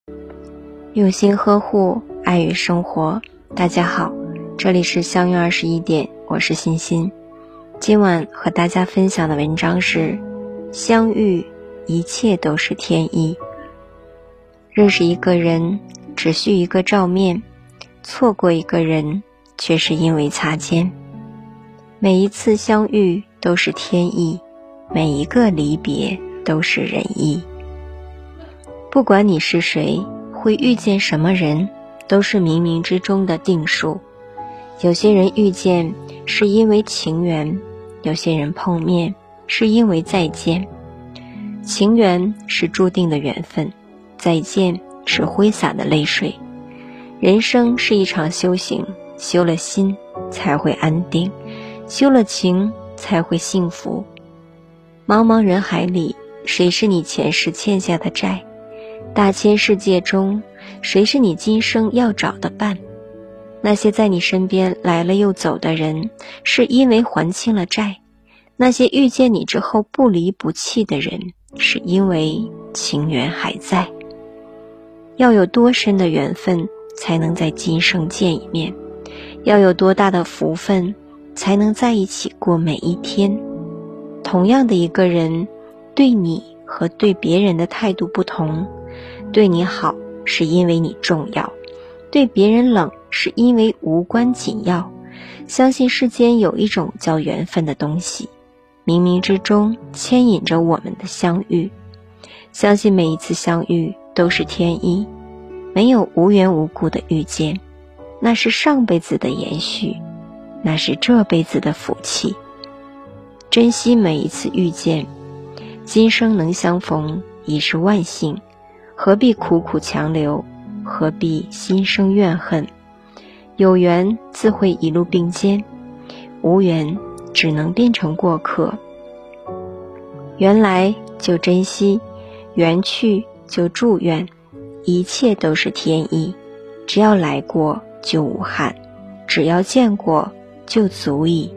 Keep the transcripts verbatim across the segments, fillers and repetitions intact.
用心呵护，爱与生活。大家好，这里是相约二十一点，我是欣欣。今晚和大家分享的文章是相遇，一切都是天意。认识一个人只需一个照面，错过一个人却是因为擦肩。每一次相遇都是天意，每一个离别都是人意。不管你是谁，会遇见什么人，都是冥冥之中的定数。有些人遇见是因为情缘，有些人碰面是因为再见。情缘是注定的缘分，再见是挥洒的泪水。人生是一场修行，修了心才会安定，修了情才会幸福。茫茫人海里，谁是你前世欠下的债？大千世界中，谁是你今生要找的伴？那些在你身边来了又走的人，是因为还清了债；那些遇见你之后不离不弃的人，是因为情缘还在。要有多深的缘分，才能在今生见一面？要有多大的福分，才能在一起过每一天？同样的一个人，对你和对别人的态度不同。对你好是因为你重要，对别人冷是因为无关紧要。相信世间有一种叫缘分的东西，冥冥之中牵引着我们的相遇。相信每一次相遇都是天意，没有无缘无故的遇见，那是上辈子的延续，那是这辈子的福气。珍惜每一次遇见，今生能相逢已是万幸，何必苦苦强留，何必心生怨恨？有缘自会一路并肩，无缘只能变成过客。缘来就珍惜，缘去就祝愿，一切都是天意。只要来过就无憾，只要见过就足矣。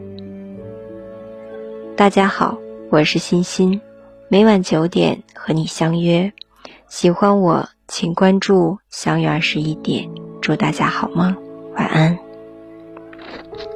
大家好，我是欣欣，每晚九点和你相约。喜欢我请关注相约二十一点，祝大家好梦，晚安。